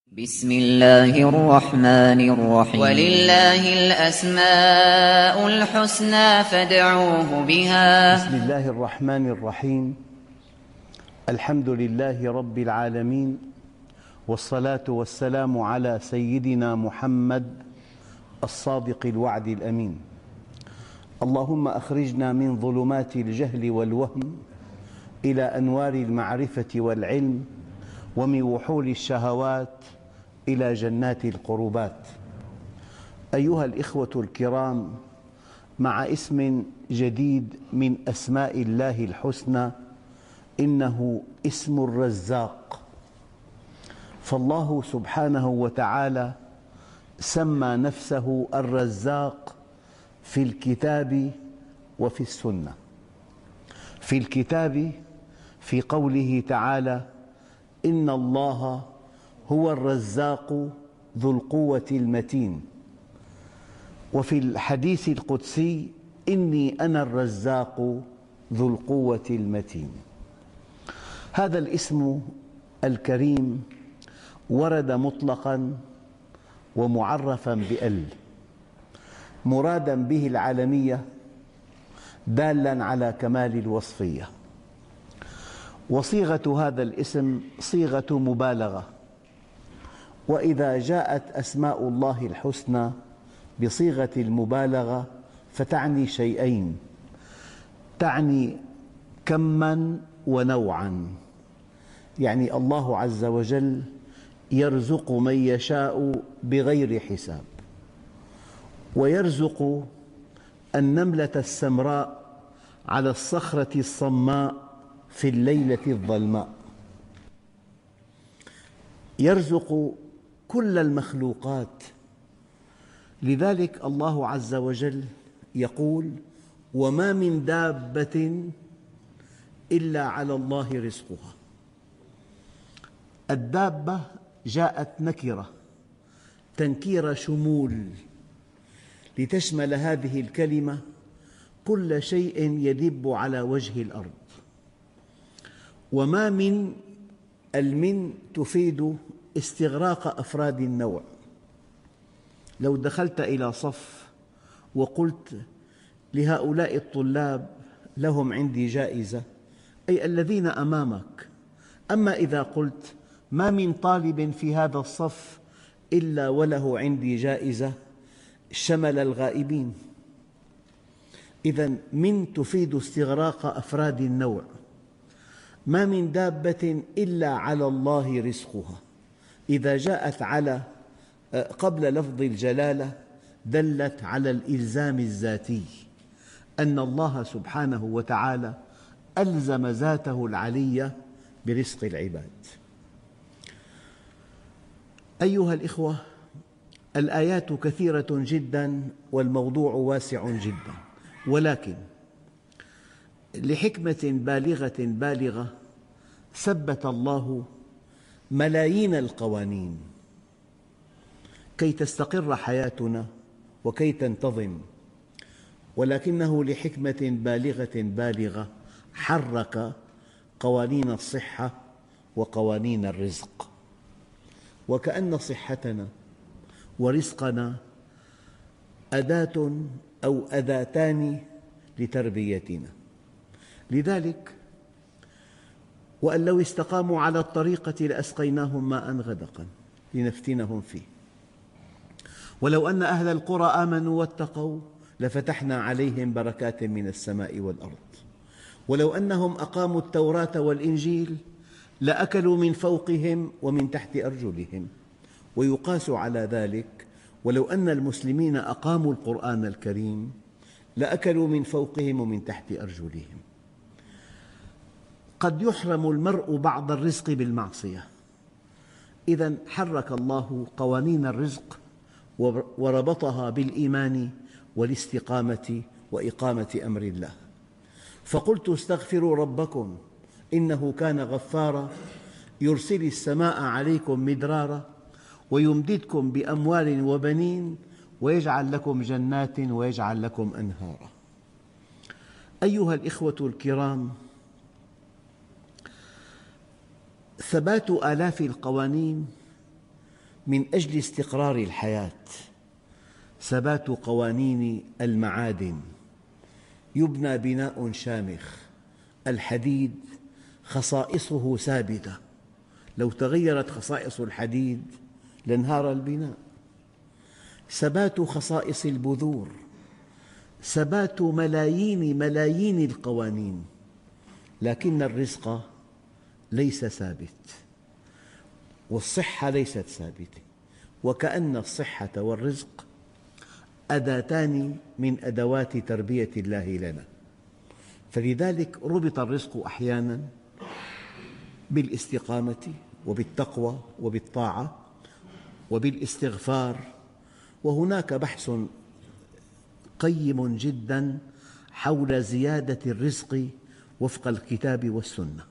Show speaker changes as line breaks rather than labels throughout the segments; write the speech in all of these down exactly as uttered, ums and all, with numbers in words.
بسم الله الرحمن الرحيم ولله الأسماء الحسنى فادعوه بها.
بسم الله الرحمن الرحيم. الحمد لله رب العالمين، والصلاة والسلام على سيدنا محمد الصادق الوعد الأمين. اللهم أخرجنا من ظلمات الجهل والوهم إلى أنوار المعرفة والعلم، ومن وحول الشهوات إلى جنات القربات. أيها الإخوة الكرام، مع اسم جديد من أسماء الله الحسنى، إنه اسم الرزاق. فالله سبحانه وتعالى سمى نفسه الرزاق في الكتاب وفي السنة. في الكتاب في قوله تعالى: إن الله هو الرزاق ذو القوة المتين. وفي الحديث القدسي: إني أنا الرزاق ذو القوة المتين. هذا الاسم الكريم ورد مطلقا ومعرفا بأل، مرادا به العالمية، دالا على كمال الوصفية. وصيغة هذا الاسم صيغة مبالغة، وإذا جاءت أسماء الله الحسنى بصيغة المبالغة فتعني شيئين: تعني كماً ونوعاً، يعني الله عز وجل يرزق من يشاء بغير حساب، ويرزق النملة السمراء على الصخرة الصماء في الليلة الظلماء، يرزق كل المخلوقات. لذلك الله عز وجل يقول: وما من دابة إلا على الله رزقها. الدابة جاءت نكرة تنكير شمول، لتشمل هذه الكلمة كل شيء يدب على وجه الأرض. وما من، المن تفيد استغراق أفراد النوع. لو دخلت إلى صف وقلت لهؤلاء الطلاب لهم عندي جائزة، أي الذين أمامك. أما إذا قلت ما من طالب في هذا الصف إلا وله عندي جائزة، شمل الغائبين. إذن من تفيد استغراق أفراد النوع. ما من دابة إلا على الله رزقها. إذا جاءت على قبل لفظ الجلالة دلت على الإلزام الذاتي، أن الله سبحانه وتعالى ألزم ذاته العلية برزق العباد. أيها الإخوة، الآيات كثيرة جدا والموضوع واسع جدا، ولكن لحكمة بالغة بالغة ثبت الله ملايين القوانين كي تستقر حياتنا وكي تنتظم، ولكنه لحكمة بالغة بالغة حرك قوانين الصحة وقوانين الرزق. وكأن صحتنا ورزقنا أداة أو أداتان لتربيتنا. لذلك: وأن لو استقاموا على الطريقة لأسقيناهم ماء غدقا لنفتنهم فيه، ولو أن أهل القرى آمنوا واتقوا لفتحنا عليهم بركات من السماء والأرض، ولو أنهم أقاموا التوراة والإنجيل لأكلوا من فوقهم ومن تحت أرجلهم. ويقاس على ذلك: ولو أن المسلمين أقاموا القرآن الكريم لأكلوا من فوقهم ومن تحت أرجلهم. قد يحرم المرء بعض الرزق بالمعصية، إذن حرك الله قوانين الرزق وربطها بالإيمان والاستقامة وإقامة أمر الله. فقلت: استغفروا ربكم إنه كان غفارا يرسل السماء عليكم مدرارا ويمددكم بأموال وبنين ويجعل لكم جنات ويجعل لكم أنهارا. أيها الإخوة الكرام، ثبات آلاف القوانين من أجل استقرار الحياة، ثبات قوانين المعادن، يبنى بناء شامخ. الحديد خصائصه ثابتة، لو تغيرت خصائص الحديد لانهار البناء. ثبات خصائص البذور، ثبات ملايين ملايين القوانين، لكن الرزق ليس ثابت، والصحة ليست ثابتة، وكأن الصحة والرزق أداتان من أدوات تربية الله لنا. فلذلك ربط الرزق أحياناً بالاستقامة وبالتقوى وبالطاعة وبالاستغفار. وهناك بحث قيم جداً حول زيادة الرزق وفق الكتاب والسنة.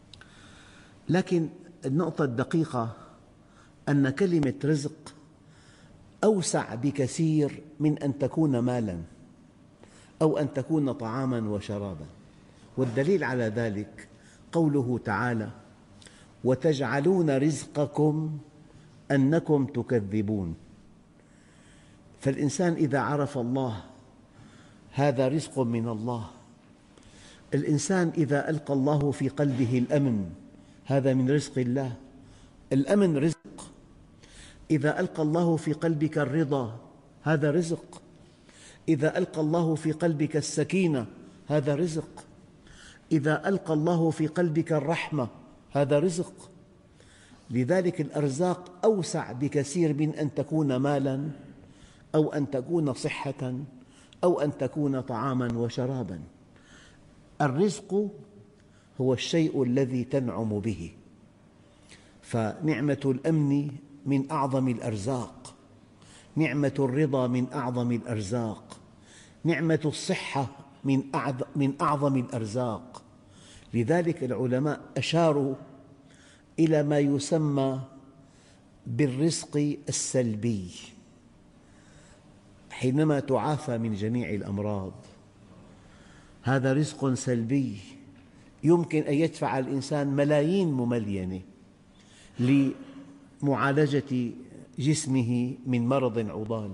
لكن النقطة الدقيقة أن كلمة رزق أوسع بكثير من أن تكون مالاً أو أن تكون طعاماً وشراباً. والدليل على ذلك قوله تعالى: وتجعلون رزقكم أنكم تكذبون. فالإنسان إذا عرف الله هذا رزق من الله. الإنسان إذا ألقى الله في قلبه الأمن هذا من رزق الله، الأمن رزق. إذا ألقى الله في قلبك الرضا هذا رزق. إذا ألقى الله في قلبك السكينة هذا رزق. إذا ألقى الله في قلبك الرحمة هذا رزق. لذلك الأرزاق أوسع بكثير من أن تكون مالاً أو أن تكون صحة أو أن تكون طعاماً وشراباً. الرزق هو الشيء الذي تنعم به، فنعمة الأمن من أعظم الأرزاق، نعمة الرضا من أعظم الأرزاق، نعمة الصحة من أعظم الأرزاق. لذلك العلماء أشاروا إلى ما يسمى بالرزق السلبي. حينما تعافى من جميع الأمراض هذا رزق سلبي، يمكن أن يدفع الإنسان ملايين مملينة لمعالجة جسمه من مرض عضال.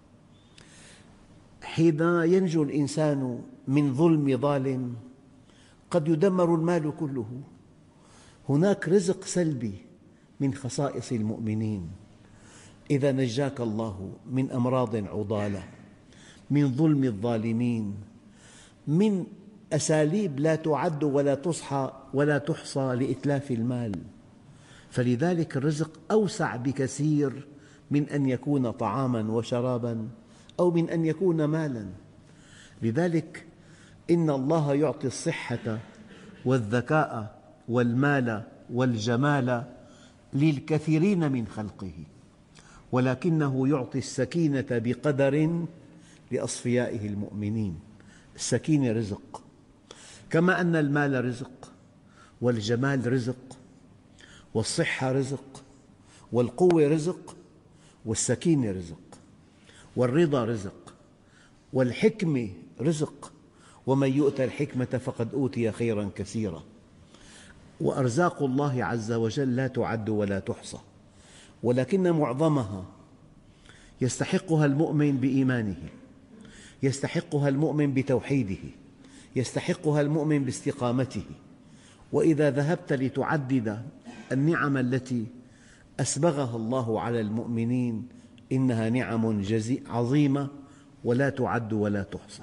حين ينجو الإنسان من ظلم ظالم قد يدمر المال كله. هناك رزق سلبي من خصائص المؤمنين. إذا نجاك الله من أمراض عضالة، من ظلم الظالمين، من أساليب لا تعد ولا تحصى ولا تحصى لإتلاف المال، فلذلك الرزق أوسع بكثير من أن يكون طعاماً وشراباً أو من أن يكون مالاً. لذلك إن الله يعطي الصحة والذكاء والمال والجمال للكثيرين من خلقه، ولكنه يعطي السكينة بقدر لأصفيائه المؤمنين. السكينة رزق، كما أن المال رزق والجمال رزق والصحة رزق والقوة رزق والسكينة رزق والرضا رزق والحكمة رزق. ومن يؤت الحكمة فقد أوتي خيراً كثيراً. وأرزاق الله عز وجل لا تعد ولا تحصى، ولكن معظمها يستحقها المؤمن بإيمانه، يستحقها المؤمن بتوحيده، يستحقها المؤمن باستقامته. وإذا ذهبت لتعدد النعم التي أسبغها الله على المؤمنين إنها نعم عظيمة ولا تعد ولا تحصى.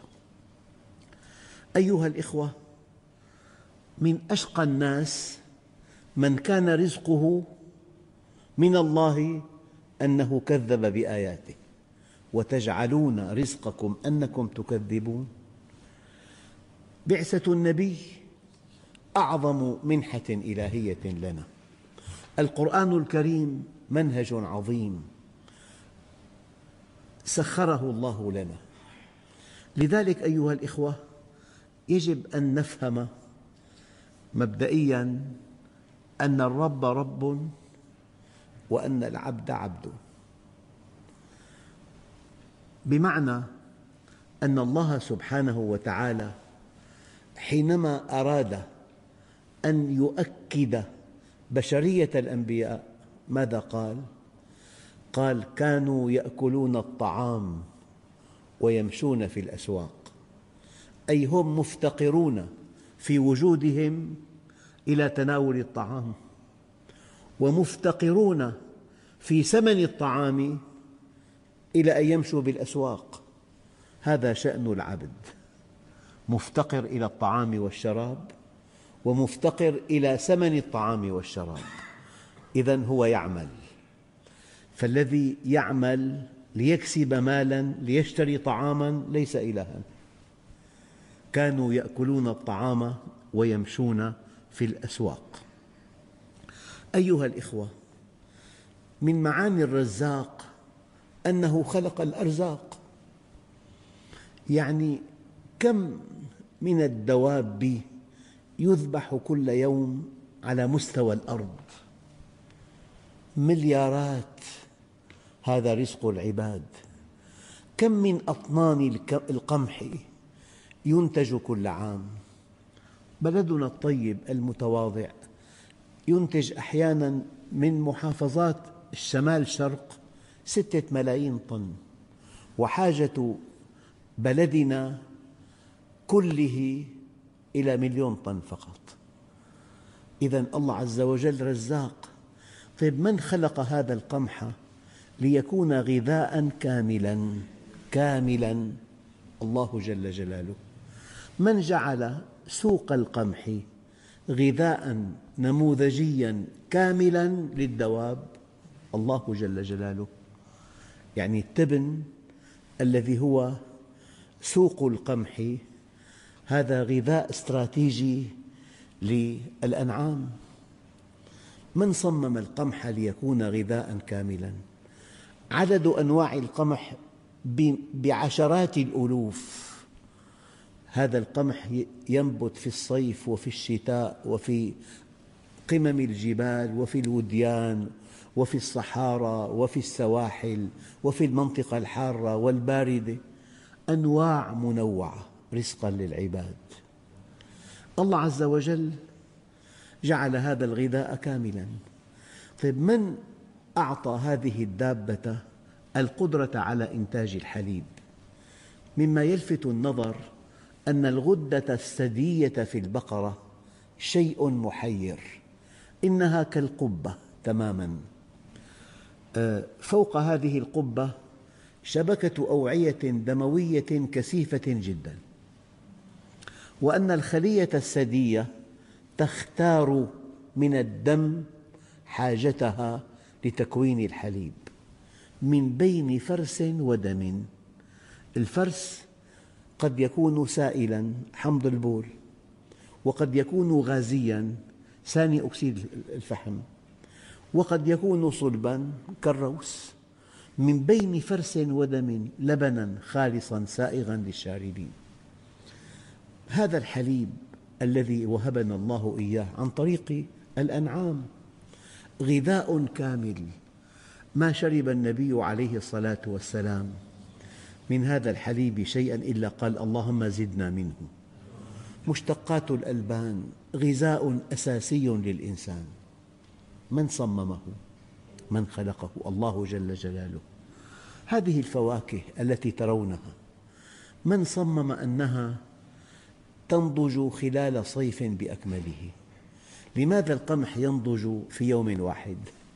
أيها الإخوة، من أشقى الناس من كان رزقه من الله أنه كذب بآياته. وتجعلون رزقكم أنكم تكذبون. بعثة النبي أعظم منحة إلهية لنا. القرآن الكريم منهج عظيم سخره الله لنا. لذلك أيها الإخوة، يجب أن نفهم مبدئياً أن الرب رب وأن العبد عبد، بمعنى أن الله سبحانه وتعالى حينما أراد أن يؤكد بشرية الأنبياء ماذا قال؟ قال كانوا يأكلون الطعام ويمشون في الأسواق، أي هم مفتقرون في وجودهم إلى تناول الطعام، ومفتقرون في ثمن الطعام إلى أن يمشوا بالأسواق. هذا شأن العبد، مفتقر إلى الطعام والشراب، ومفتقر إلى ثمن الطعام والشراب. إذن هو يعمل، فالذي يعمل ليكسب مالا ليشتري طعاما ليس إلها. كانوا يأكلون الطعام ويمشون في الأسواق. أيها الإخوة، من معاني الرزاق أنه خلق الأرزاق. يعني كم من الدواب يذبح كل يوم على مستوى الأرض؟ مليارات. هذا رزق العباد. كم من أطنان القمح ينتج كل عام؟ بلدنا الطيب المتواضع ينتج أحياناً من محافظات الشمال شرق ستة ملايين طن، وحاجة بلدنا كله إلى مليون طن فقط. إذن الله عز وجل رزاق. طيب من خلق هذا القمح ليكون غذاء كاملاً كاملاً؟ الله جل جلاله. من جعل سوق القمح غذاء نموذجياً كاملاً للدواب؟ الله جل جلاله. يعني التبن الذي هو سوق القمح هذا غذاء استراتيجي للأنعام. من صمم القمح ليكون غذاء كاملاً؟ عدد أنواع القمح بعشرات الألوف. هذا القمح ينبت في الصيف وفي الشتاء وفي قمم الجبال وفي الوديان وفي الصحارى وفي السواحل وفي المنطقة الحارة والباردة، أنواع منوعة رزقاً للعباد. الله عز وجل جعل هذا الغذاء كاملاً. طيب من أعطى هذه الدابة القدرة على إنتاج الحليب؟ مما يلفت النظر أن الغدة الثديية في البقرة شيء محير. إنها كالقبة تماماً. فوق هذه القبة شبكة أوعية دموية كثيفة جداً، وأن الخلية الثديية تختار من الدم حاجتها لتكوين الحليب من بين فرث ودم. الفرث قد يكون سائلاً حمض البول، وقد يكون غازياً ثاني أكسيد الفحم، وقد يكون صلباً كالروس. من بين فرث ودم لبناً خالصاً سائغاً للشاربين. هذا الحليب الذي وهبنا الله إياه عن طريق الأنعام غذاء كامل. ما شرب النبي عليه الصلاة والسلام من هذا الحليب شيئاً إلا قال اللهم زدنا منه. مشتقات الألبان غذاء أساسي للإنسان. من صممه؟ من خلقه؟ الله جل جلاله. هذه الفواكه التي ترونها من صمم أنها تنضج خلال صيف بأكمله؟ لماذا القمح ينضج في يوم واحد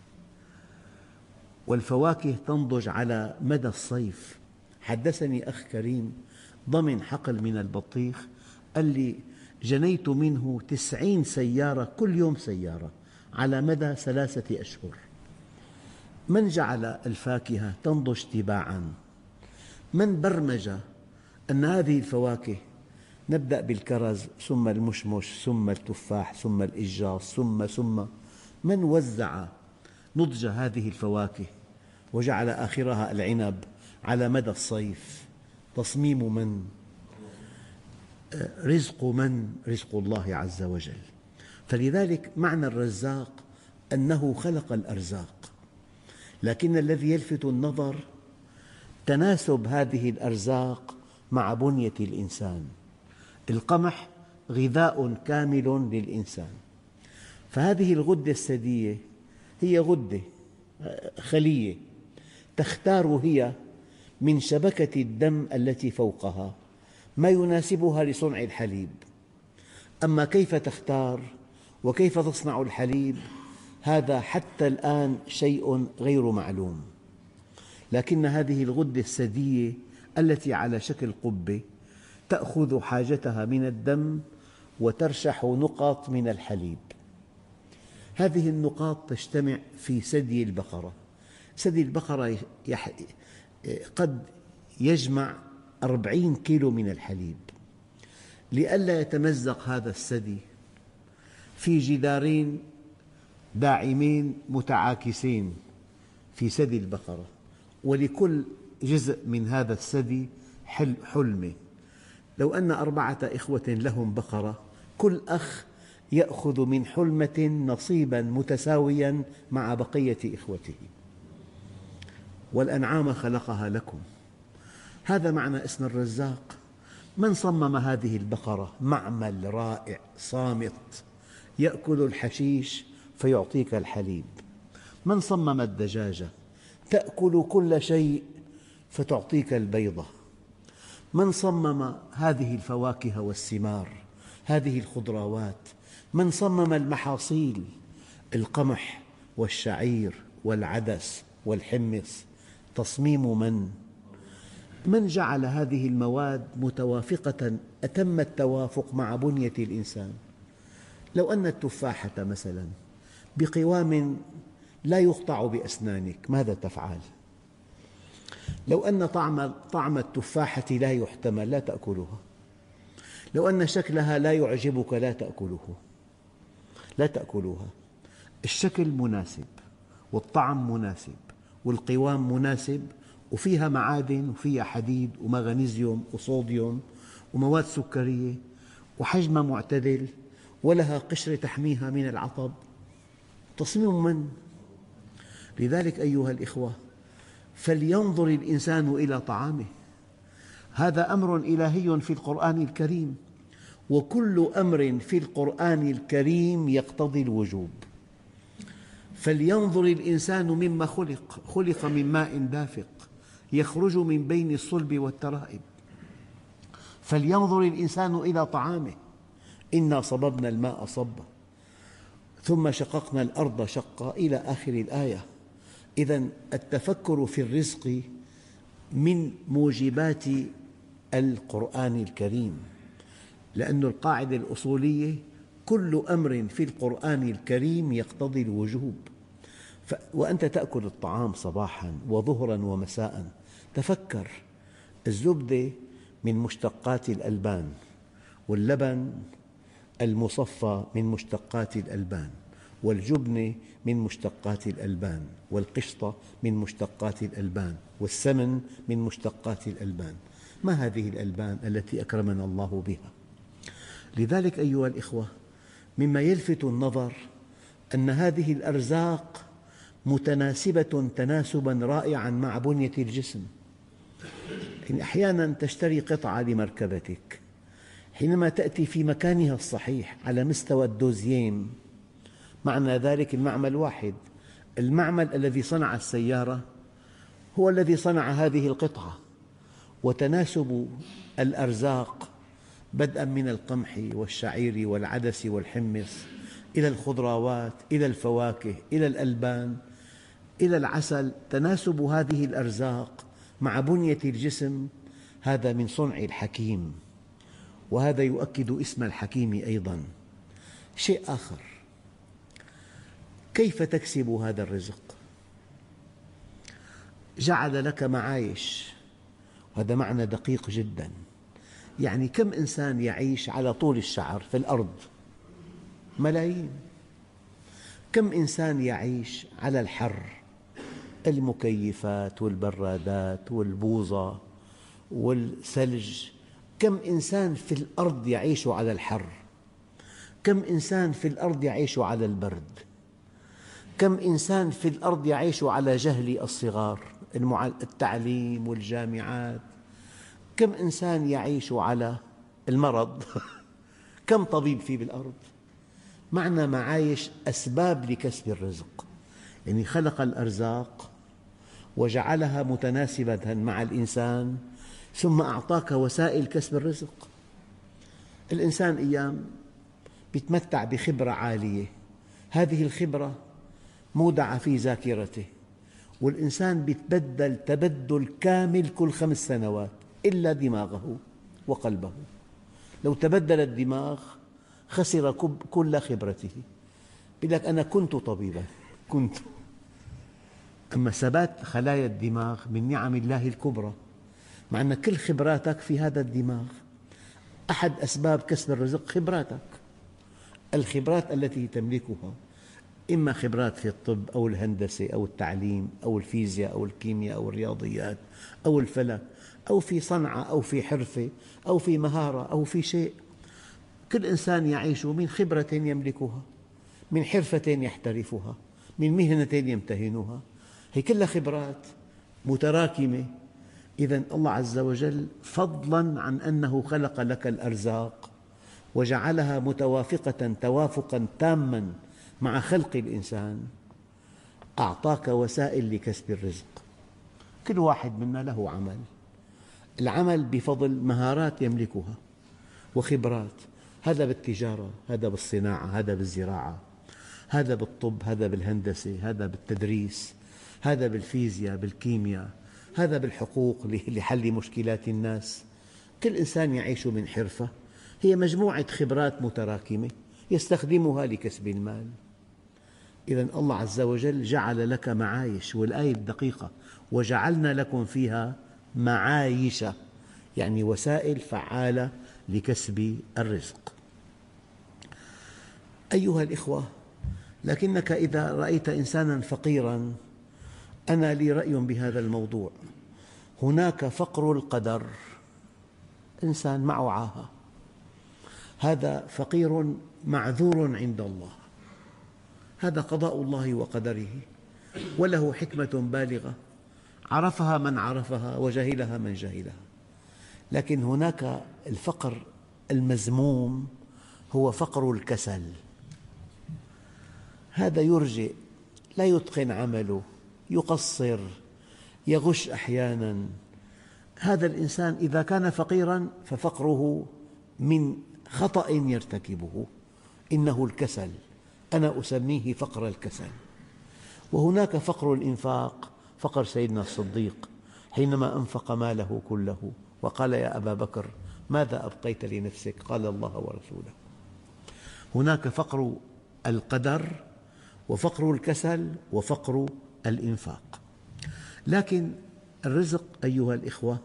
والفواكه تنضج على مدى الصيف؟ حدثني أخ كريم ضمن حقل من البطيخ قال لي جنيت منه تسعين سيارة كل يوم سيارة على مدى ثلاثة أشهر. من جعل الفاكهة تنضج تباعاً؟ من برمج أن هذه الفواكه نبدأ بالكرز ثم المشمش ثم التفاح ثم الإجاص ثم ثم من وزع نضج هذه الفواكه وجعل آخرها العنب على مدى الصيف؟ تصميم من؟ رزق من؟ رزق الله عز وجل. فلذلك معنى الرزاق أنه خلق الأرزاق، لكن الذي يلفت النظر تناسب هذه الأرزاق مع بنية الإنسان. القمح غذاء كامل للإنسان، فهذه الغدة الثديية هي غدة خلية تختار هي من شبكة الدم التي فوقها ما يناسبها لصنع الحليب. أما كيف تختار وكيف تصنع الحليب هذا حتى الآن شيء غير معلوم، لكن هذه الغدة الثدية التي على شكل قبة تأخذ حاجتها من الدم وترشح نقط من الحليب. هذه النقاط تجتمع في ثدي البقرة. ثدي البقرة يح... قد يجمع أربعين كيلو من الحليب. لئلا يتمزق هذا الثدي في جدارين داعمين متعاكسين في ثدي البقرة، ولكل جزء من هذا الثدي حلمة. لو أن أربعة إخوة لهم بقرة، كل أخ يأخذ من حلمة نصيبا متساويا مع بقية إخوته. والأنعام خلقها لكم. هذا معنى اسم الرزاق. من صمم هذه البقرة؟ معمل رائع صامت يأكل الحشيش فيعطيك الحليب. من صمم الدجاجة؟ تأكل كل شيء فتعطيك البيضة. من صمم هذه الفواكه والثمار، هذه الخضروات؟ من صمم المحاصيل؟ القمح والشعير والعدس والحمص. تصميم من؟ من جعل هذه المواد متوافقة أتم التوافق مع بنية الإنسان. لو أن التفاحة مثلا بقوام لا يقطع بأسنانك ماذا تفعل؟ لو أن طعم, طعم التفاحة لا يحتمل لا تأكلها. لو أن شكلها لا يعجبك لا تأكله لا تأكلها. الشكل مناسب والطعم مناسب والقوام مناسب، وفيها معادن وفيها حديد ومغنيسيوم وصوديوم ومواد سكرية، وحجمها معتدل، ولها قشرة تحميها من العطب. تصميم من؟ لذلك أيها الإخوة، فلينظر الإنسان إلى طعامه. هذا أمر إلهي في القرآن الكريم، وكل أمر في القرآن الكريم يقتضي الوجوب. فلينظر الإنسان مما خلق. خلق من ماء دافق يخرج من بين الصلب والترائب. فلينظر الإنسان إلى طعامه. إنا صببنا الماء صبا ثم شققنا الأرض شقا إلى آخر الآية. إذن التفكر في الرزق من موجبات القرآن الكريم، لأن القاعدة الأصولية كل أمر في القرآن الكريم يقتضي الوجوب. وأنت تأكل الطعام صباحا وظهرا ومساء، تفكر. الزبدة من مشتقات الألبان، واللبن المصفى من مشتقات الألبان، والجبنة من مشتقات الألبان، والقشطة من مشتقات الألبان، والسمن من مشتقات الألبان. ما هذه الألبان التي أكرمنا الله بها؟ لذلك أيها الإخوة، مما يلفت النظر أن هذه الأرزاق متناسبة تناسبا رائعا مع بنية الجسم. يعني أحيانا تشتري قطعة لمركبتك، حينما تأتي في مكانها الصحيح على مستوى الدوزيام، معنى ذلك المعمل واحد. المعمل الذي صنع السيارة هو الذي صنع هذه القطعة. وتناسب الأرزاق بدءا من القمح والشعير والعدس والحمص إلى الخضروات إلى الفواكه إلى الألبان إلى العسل، تناسب هذه الأرزاق مع بنية الجسم هذا من صنع الحكيم، وهذا يؤكد اسم الحكيم أيضا. شيء آخر، كيف تكسب هذا الرزق؟ جعل لك معايش، وهذا معنى دقيق جدا. يعني كم إنسان يعيش على طول الشعر في الأرض؟ ملايين. كم إنسان يعيش على الحر؟ المكيفات والبرادات والبوظة والثلج. كم إنسان في الأرض يعيش على الحر؟ كم إنسان في الأرض يعيش على البرد؟ كم إنسان في الأرض يعيش على جهل الصغار، التعليم والجامعات؟ كم إنسان يعيش على المرض؟ كم طبيب في بالأرض؟ معنى معايش أسباب لكسب الرزق. يعني خلق الأرزاق وجعلها متناسبة مع الإنسان، ثم أعطاك وسائل كسب الرزق. الإنسان أيام يتمتع بخبرة عالية، هذه الخبرة مودعة في ذاكرته، والإنسان يتبدل تبدل كامل كل خمس سنوات إلا دماغه وقلبه. لو تبدل الدماغ خسر كل خبرته. يقول لك أنا كنت طبيبا، كنت. أما ثبات خلايا الدماغ من نعم الله الكبرى، مع أن كل خبراتك في هذا الدماغ. أحد أسباب كسب الرزق خبراتك، الخبرات التي تملكها، إما خبرات في الطب أو الهندسة أو التعليم أو الفيزياء أو الكيمياء أو الرياضيات أو الفلك أو في صنعة أو في حرفة أو في مهارة أو في شيء. كل إنسان يعيش من خبرة يملكها، من حرفة يحترفها، من مهنة يمتهنها، هي كلها خبرات متراكمة. إذن الله عز وجل فضلاً عن أنه خلق لك الأرزاق وجعلها متوافقة توافقاً تاماً مع خلق الإنسان، أعطاك وسائل لكسب الرزق. كل واحد منا له عمل، العمل بفضل مهارات يملكها وخبرات، هذا بالتجارة، هذا بالصناعة، هذا بالزراعة، هذا بالطب، هذا بالهندسة، هذا بالتدريس، هذا بالفيزياء، بالكيمياء، هذا بالحقوق لحل مشكلات الناس. كل إنسان يعيش من حرفة، هي مجموعة خبرات متراكمة يستخدمها لكسب المال. إذن الله عز وجل جعل لك معايش، والآية الدقيقة وجعلنا لكم فيها معايش، يعني وسائل فعالة لكسب الرزق. أيها الإخوة، لكنك إذا رأيت إنسانا فقيرا، أنا لي رأي بهذا الموضوع. هناك فقر القدر، إنسان معه عاهة، هذا فقير معذور عند الله، هذا قضاء الله وقدره، وله حكمة بالغة عرفها من عرفها وجهلها من جهلها. لكن هناك الفقر المذموم، هو فقر الكسل. هذا يرجئ، لا يتقن عمله، يقصر، يغش أحياناً. هذا الإنسان إذا كان فقيراً ففقره من خطأ يرتكبه، إنه الكسل، أنا أسميه فقر الكسل. وهناك فقر الإنفاق، فقر سيدنا الصديق حينما أنفق ماله كله وقال يا أبا بكر ماذا أبقيت لنفسك؟ قال الله ورسوله. هناك فقر القدر وفقر الكسل وفقر الإنفاق. لكن الرزق أيها الإخوة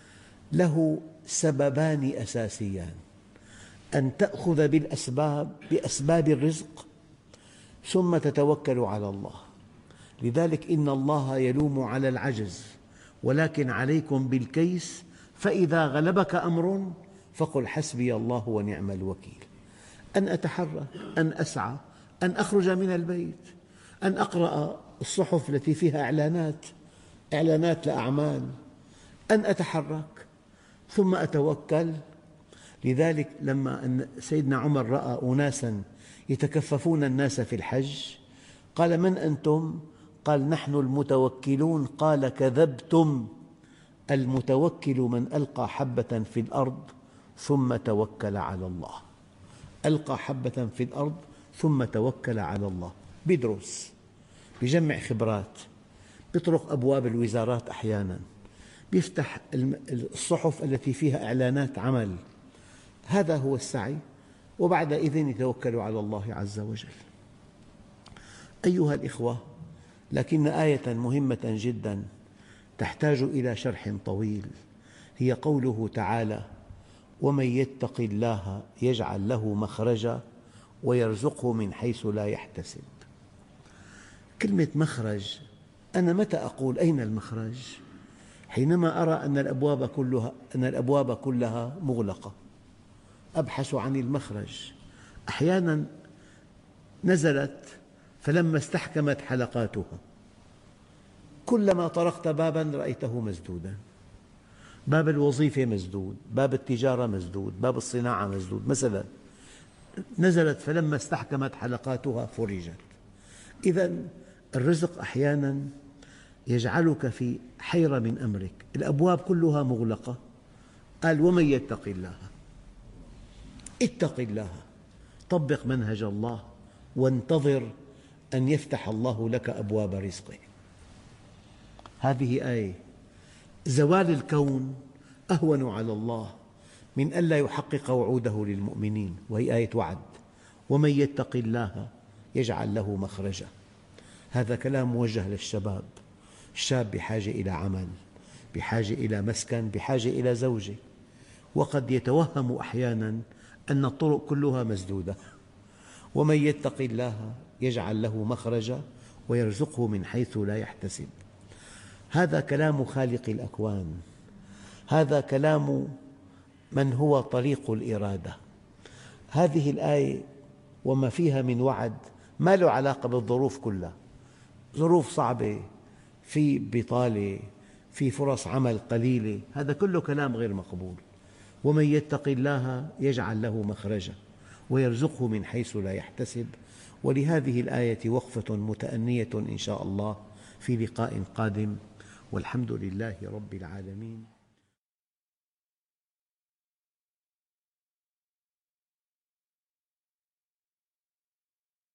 له سببان أساسيان: أن تأخذ بالأسباب بأسباب الرزق ثم تتوكل على الله. لذلك إن الله يلوم على العجز، ولكن عليكم بالكيس، فإذا غلبك أمر فقل حسبي الله ونعم الوكيل. أن أتحرك، أن أسعى، أن أخرج من البيت، أن أقرأ الصحف التي فيها إعلانات إعلانات لأعمال، أن أتحرك ثم أتوكل. لذلك لما سيدنا عمر رأى أناساً يتكففون الناس في الحج قال من أنتم؟ قال نحن المتوكلون. قال كذبتم، المتوكل من ألقى حبة في الأرض ثم توكل على الله. ألقى حبة في الأرض ثم توكل على الله، بيدرس، بيجمع خبرات، بيطرق أبواب الوزارات أحياناً، بيفتح الصحف التي فيها إعلانات عمل. هذا هو السعي، وبعد إذن يتوكل على الله عز وجل. أيها الإخوة، لكن آية مهمة جداً تحتاج إلى شرح طويل، هي قوله تعالى ومن يتق الله يجعل له مخرجا ويرزقه من حيث لا يحتسب. كلمة مخرج، أنا متى أقول أين المخرج؟ حينما أرى أن الأبواب كلها أن الأبواب كلها مغلقة، أبحث عن المخرج. أحياناً نزلت فلما استحكمت حلقاتها كلما طرقت باباً رأيته مسدوداً. باب الوظيفة مسدود، باب التجارة مسدود، باب الصناعة مسدود مثلاً. نزلت فلما استحكمت حلقاتها فرجت. إذن الرزق أحياناً يجعلك في حيرة من أمرك. الأبواب كلها مغلقة، قال ومن يتق الله، اتق الله، طبق منهج الله وانتظر أن يفتح الله لك أبواب رزقه. هذه آية زوال الكون أهون على الله من ألا يحقق وعوده للمؤمنين، وهي آية وعد، ومن يتق الله يجعل له مخرجا. هذا كلام موجه للشباب. الشاب بحاجة إلى عمل، بحاجة إلى مسكن، بحاجة إلى زوجة، وقد يتوهم أحيانا أن الطرق كلها مسدودة. ومن يتق الله يجعل له مخرجا ويرزقه من حيث لا يحتسب. هذا كلام خالق الأكوان، هذا كلام من هو طريق الإرادة. هذه الآية وما فيها من وعد ما له علاقة بالظروف كلها. ظروف صعبة، في بطالة، في فرص عمل قليلة، هذا كله كلام غير مقبول. ومن يتق الله يجعل له مخرجا ويرزقه من حيث لا يحتسب. ولهذه الآية وقفة متأنية إن شاء الله في لقاء قادم، والحمد لله رب العالمين.